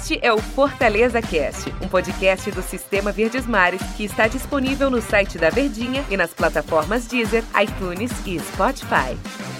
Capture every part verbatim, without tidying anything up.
Este é o Fortaleza Cast, um podcast do Sistema Verdes Mares que está disponível no site da Verdinha e nas plataformas Deezer, iTunes e Spotify.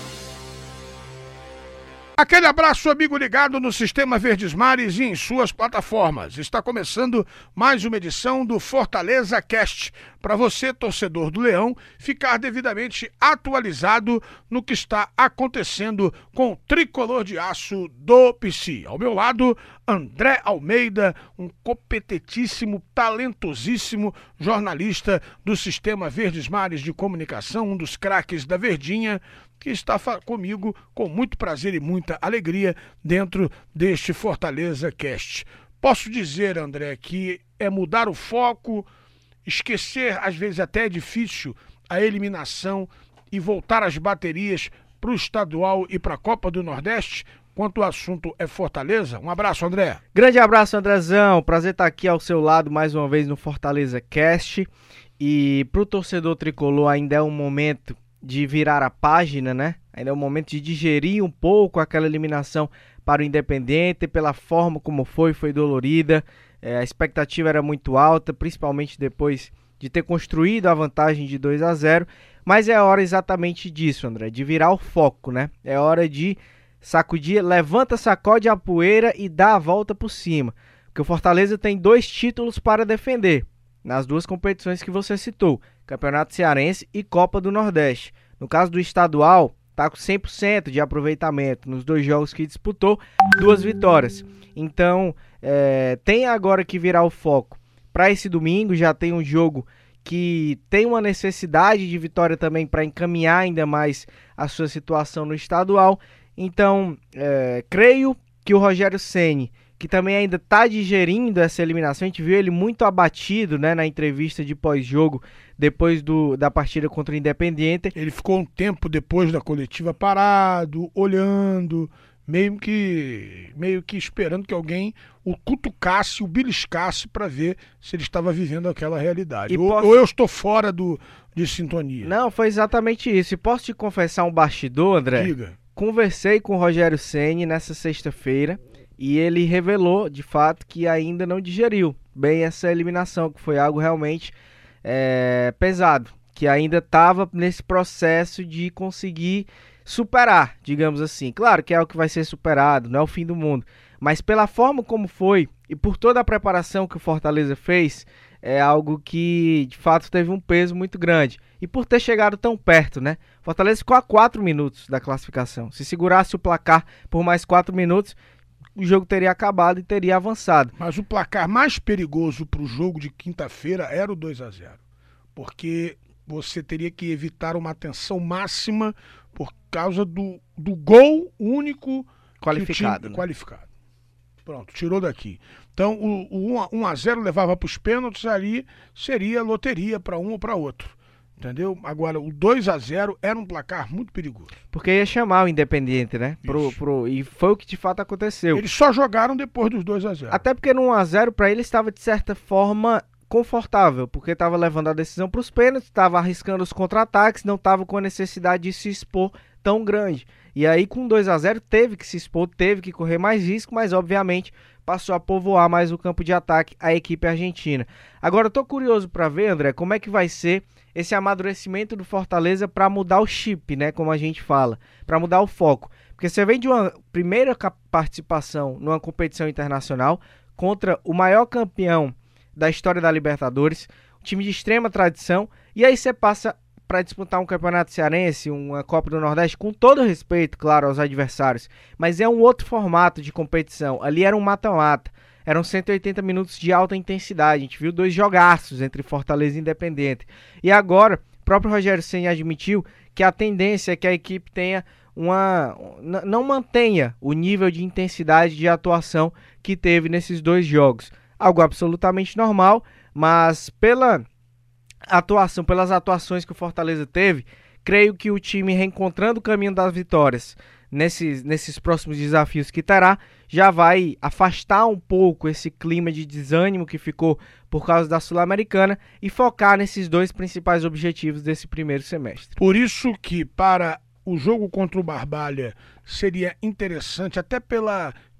Aquele abraço, amigo ligado no Sistema Verdes Mares e em suas plataformas. Está começando mais uma edição do Fortaleza Cast, para você, torcedor do Leão, ficar devidamente atualizado no que está acontecendo com o tricolor de aço do P C. Ao meu lado, André Almeida, um competentíssimo, talentosíssimo jornalista do Sistema Verdes Mares de Comunicação, um dos craques da Verdinha, que está comigo com muito prazer e muita alegria dentro deste Fortaleza Cast. Posso dizer, André, que é mudar o foco, esquecer, às vezes até é difícil, a eliminação e voltar as baterias para o estadual e para a Copa do Nordeste, quanto o assunto é Fortaleza. Um abraço, André. Grande abraço, Andrezão. Prazer estar aqui ao seu lado mais uma vez no Fortaleza Cast. E para o torcedor tricolor ainda é um momento de virar a página, né? Ainda é o momento de digerir um pouco aquela eliminação para o Independente, pela forma como foi, foi dolorida, é, a expectativa era muito alta, principalmente depois de ter construído a vantagem de dois a zero, mas é hora exatamente disso, André, de virar o foco, né? É hora de sacudir, levanta, sacode a poeira e dá a volta por cima, porque o Fortaleza tem dois títulos para defender, nas duas competições que você citou, Campeonato Cearense e Copa do Nordeste. No caso do estadual, está com cem por cento de aproveitamento nos dois jogos que disputou, duas vitórias. Então, é, tem agora que virar o foco. Para esse domingo já tem um jogo que tem uma necessidade de vitória também para encaminhar ainda mais a sua situação no estadual. Então, é, creio que o Rogério Ceni, que também ainda está digerindo essa eliminação, a gente viu ele muito abatido, né, na entrevista de pós-jogo, depois do, da partida contra o Independiente. Ele ficou um tempo depois da coletiva parado, olhando, meio que, meio que esperando que alguém o cutucasse, o beliscasse para ver se ele estava vivendo aquela realidade. Ou, posso... ou eu estou fora do, de sintonia. Não, foi exatamente isso. E posso te confessar um bastidor, André? Diga. Conversei com o Rogério Ceni nessa sexta-feira, e ele revelou, de fato, que ainda não digeriu bem essa eliminação, que foi algo realmente é, pesado, que ainda estava nesse processo de conseguir superar, digamos assim. Claro que é algo que vai ser superado, não é o fim do mundo, mas pela forma como foi e por toda a preparação que o Fortaleza fez, é algo que, de fato, teve um peso muito grande. E por ter chegado tão perto, né? Fortaleza ficou a quatro minutos da classificação. Se segurasse o placar por mais quatro minutos, o jogo teria acabado e teria avançado. Mas o placar mais perigoso para o jogo de quinta-feira era o dois a zero. Porque você teria que evitar uma atenção máxima por causa do, do gol único qualificado. Time, né? Qualificado. Pronto, tirou daqui. Então o, o um a zero levava para os pênaltis, ali seria loteria para um ou para outro. Entendeu? Agora, o dois a zero era um placar muito perigoso. Porque ia chamar o Independiente, né? Pro, pro, e foi o que de fato aconteceu. Eles só jogaram depois dos dois a zero. Até porque no um a zero para ele estava de certa forma confortável, porque estava levando a decisão para os pênaltis, estava arriscando os contra-ataques, não estava com a necessidade de se expor tão grande. E aí com dois a zero teve que se expor, teve que correr mais risco, mas obviamente passou a povoar mais o campo de ataque a equipe argentina. Agora eu tô curioso para ver, André, como é que vai ser esse amadurecimento do Fortaleza para mudar o chip, né, como a gente fala, para mudar o foco. Porque você vem de uma primeira participação numa competição internacional contra o maior campeão da história da Libertadores, um time de extrema tradição, e aí você passa para disputar um campeonato cearense, uma Copa do Nordeste, com todo respeito, claro, aos adversários, mas é um outro formato de competição. Ali era um mata-mata, eram cento e oitenta minutos de alta intensidade, a gente viu dois jogaços entre Fortaleza e Independiente. E agora, o próprio Rogério Ceni admitiu que a tendência é que a equipe tenha uma, não mantenha o nível de intensidade de atuação que teve nesses dois jogos. Algo absolutamente normal, mas pela atuação, pelas atuações que o Fortaleza teve, creio que o time, reencontrando o caminho das vitórias nesses, nesses próximos desafios que terá, já vai afastar um pouco esse clima de desânimo que ficou por causa da Sul-Americana e focar nesses dois principais objetivos desse primeiro semestre. Por isso que para o jogo contra o Barbalha seria interessante, até pela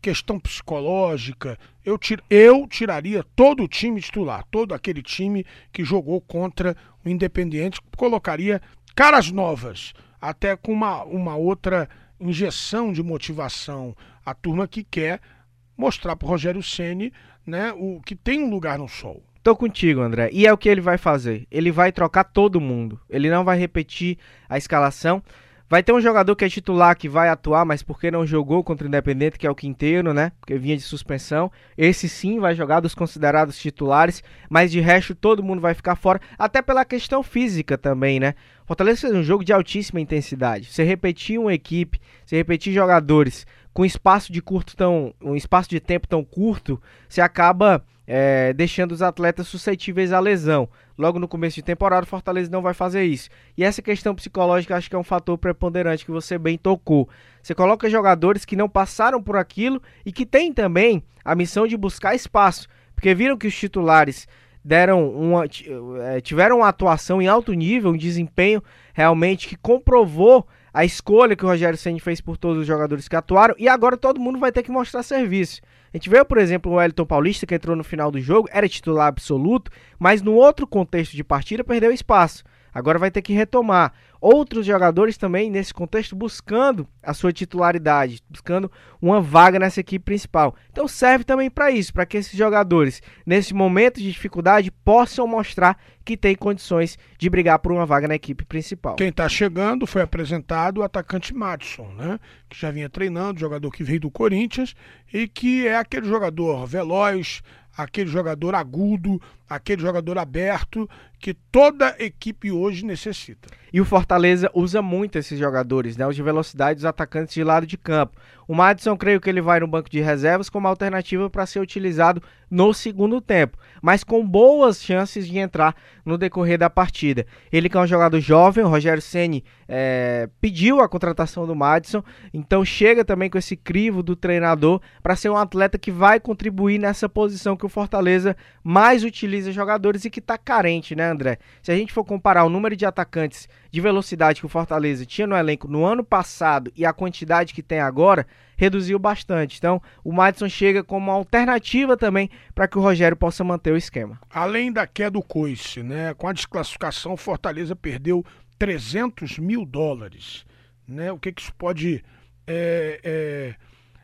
questão psicológica, eu, tir, eu tiraria todo o time titular, todo aquele time que jogou contra o Independiente, colocaria caras novas, até com uma, uma outra injeção de motivação. A turma que quer mostrar para o Rogério Ceni, né, o que tem um lugar no sol. Tô contigo, André. E é o que ele vai fazer. Ele vai trocar todo mundo. Ele não vai repetir a escalação. Vai ter um jogador que é titular que vai atuar, mas porque não jogou contra o Independente, que é o Quinteiro, né? Porque vinha de suspensão. Esse sim vai jogar dos considerados titulares, mas de resto todo mundo vai ficar fora, até pela questão física também, né? Fortaleza fez um jogo de altíssima intensidade. Você repetir uma equipe, você repetir jogadores com espaço de curto tão, um espaço de tempo tão curto, você acaba é, deixando os atletas suscetíveis à lesão. Logo no começo de temporada, o Fortaleza não vai fazer isso. E essa questão psicológica acho que é um fator preponderante que você bem tocou. Você coloca jogadores que não passaram por aquilo e que têm também a missão de buscar espaço, porque viram que os titulares deram uma, tiveram uma atuação em alto nível, um desempenho realmente que comprovou a escolha que o Rogério Ceni fez por todos os jogadores que atuaram, e agora todo mundo vai ter que mostrar serviço. A gente vê, por exemplo, o Wellington Paulista, que entrou no final do jogo, era titular absoluto, mas no outro contexto de partida perdeu espaço. Agora vai ter que retomar. Outros jogadores também, nesse contexto, buscando a sua titularidade, buscando uma vaga nessa equipe principal. Então serve também para isso, para que esses jogadores, nesse momento de dificuldade, possam mostrar que tem condições de brigar por uma vaga na equipe principal. Quem está chegando foi apresentado o atacante Madison, né? Que já vinha treinando, jogador que veio do Corinthians e que é aquele jogador veloz, aquele jogador agudo, aquele jogador aberto que toda equipe hoje necessita. E o Fortaleza usa muito esses jogadores, né? Os de velocidade, os atacantes de lado de campo. O Madison, creio que ele vai no banco de reservas como alternativa para ser utilizado no segundo tempo, mas com boas chances de entrar no decorrer da partida. Ele que é um jogador jovem, o Rogério Ceni é, pediu a contratação do Madison, então chega também com esse crivo do treinador para ser um atleta que vai contribuir nessa posição que o Fortaleza mais utiliza jogadores e que está carente, né, André? Se a gente for comparar o número de atacantes de velocidade que o Fortaleza tinha no elenco no ano passado e a quantidade que tem agora, reduziu bastante. Então, o Madison chega como uma alternativa também para que o Rogério possa manter o esquema. Além da queda do coice, né? Com a desclassificação, o Fortaleza perdeu trezentos mil dólares. Né? O que, que isso pode é, é,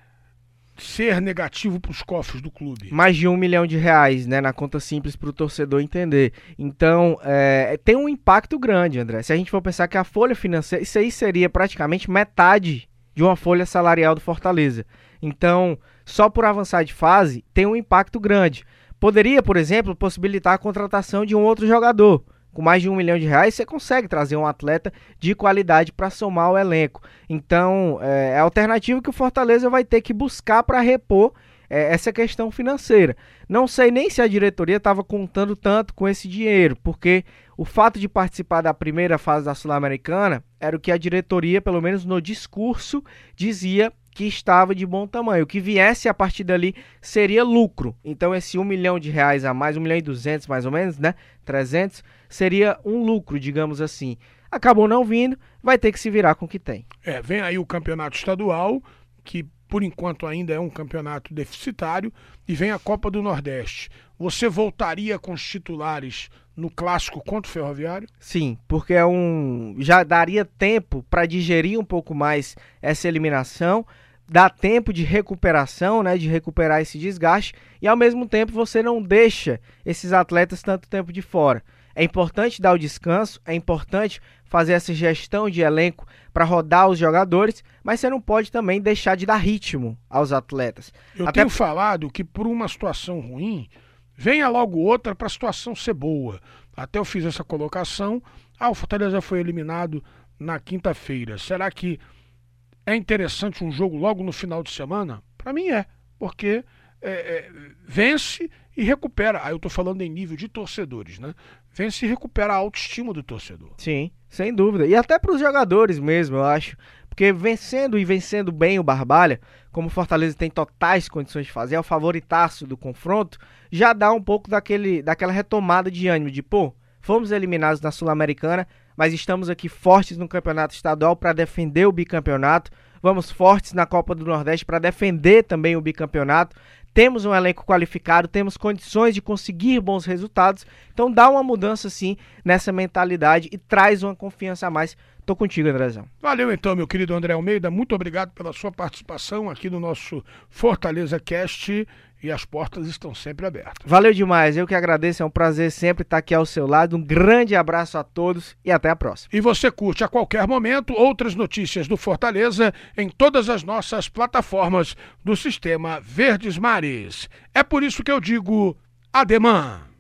ser negativo para os cofres do clube? Mais de um milhão de reais, né, na conta simples para o torcedor entender. Então, é, tem um impacto grande, André. Se a gente for pensar que a folha financeira, isso aí seria praticamente metade de uma folha salarial do Fortaleza. Então, só por avançar de fase, tem um impacto grande. Poderia, por exemplo, possibilitar a contratação de um outro jogador. Com mais de um milhão de reais, você consegue trazer um atleta de qualidade para somar ao elenco. Então, é a alternativa que o Fortaleza vai ter que buscar para repor é, essa questão financeira. Não sei nem se a diretoria estava contando tanto com esse dinheiro, porque o fato de participar da primeira fase da Sul-Americana era o que a diretoria, pelo menos no discurso, dizia que estava de bom tamanho. O que viesse a partir dali seria lucro. Então esse um milhão de reais a mais, um milhão e duzentos mais ou menos, né? trezentos, seria um lucro, digamos assim. Acabou não vindo, vai ter que se virar com o que tem. É, vem aí o campeonato estadual, que por enquanto ainda é um campeonato deficitário, e vem a Copa do Nordeste. Você voltaria com os titulares no clássico contra o Ferroviário? Sim, porque é um já daria tempo para digerir um pouco mais essa eliminação, dá tempo de recuperação, né, de recuperar esse desgaste, e ao mesmo tempo você não deixa esses atletas tanto tempo de fora. É importante dar o descanso, é importante fazer essa gestão de elenco para rodar os jogadores, mas você não pode também deixar de dar ritmo aos atletas. Eu Até... tenho falado que por uma situação ruim, venha logo outra para a situação ser boa. Até eu fiz essa colocação, ah, o Fortaleza foi eliminado na quinta-feira. Será que é interessante um jogo logo no final de semana? Para mim é, porque é, é, vence e recupera. Aí eu estou falando em nível de torcedores, né? Vence e recupera a autoestima do torcedor. Sim, sem dúvida. E até para os jogadores mesmo, eu acho. Porque vencendo e vencendo bem o Barbalha, como o Fortaleza tem totais condições de fazer, é o favoritaço do confronto, já dá um pouco daquele, daquela retomada de ânimo, de pô, fomos eliminados na Sul-Americana, mas estamos aqui fortes no campeonato estadual para defender o bicampeonato, vamos fortes na Copa do Nordeste para defender também o bicampeonato. Temos um elenco qualificado, temos condições de conseguir bons resultados, então dá uma mudança sim nessa mentalidade e traz uma confiança a mais. Tô contigo, Andrezão. Valeu então, meu querido André Almeida, muito obrigado pela sua participação aqui no nosso Fortaleza Cast e as portas estão sempre abertas. Valeu demais, eu que agradeço, é um prazer sempre estar aqui ao seu lado, um grande abraço a todos e até a próxima. E você curte a qualquer momento outras notícias do Fortaleza em todas as nossas plataformas do Sistema Verdes Mares. É por isso que eu digo ademã.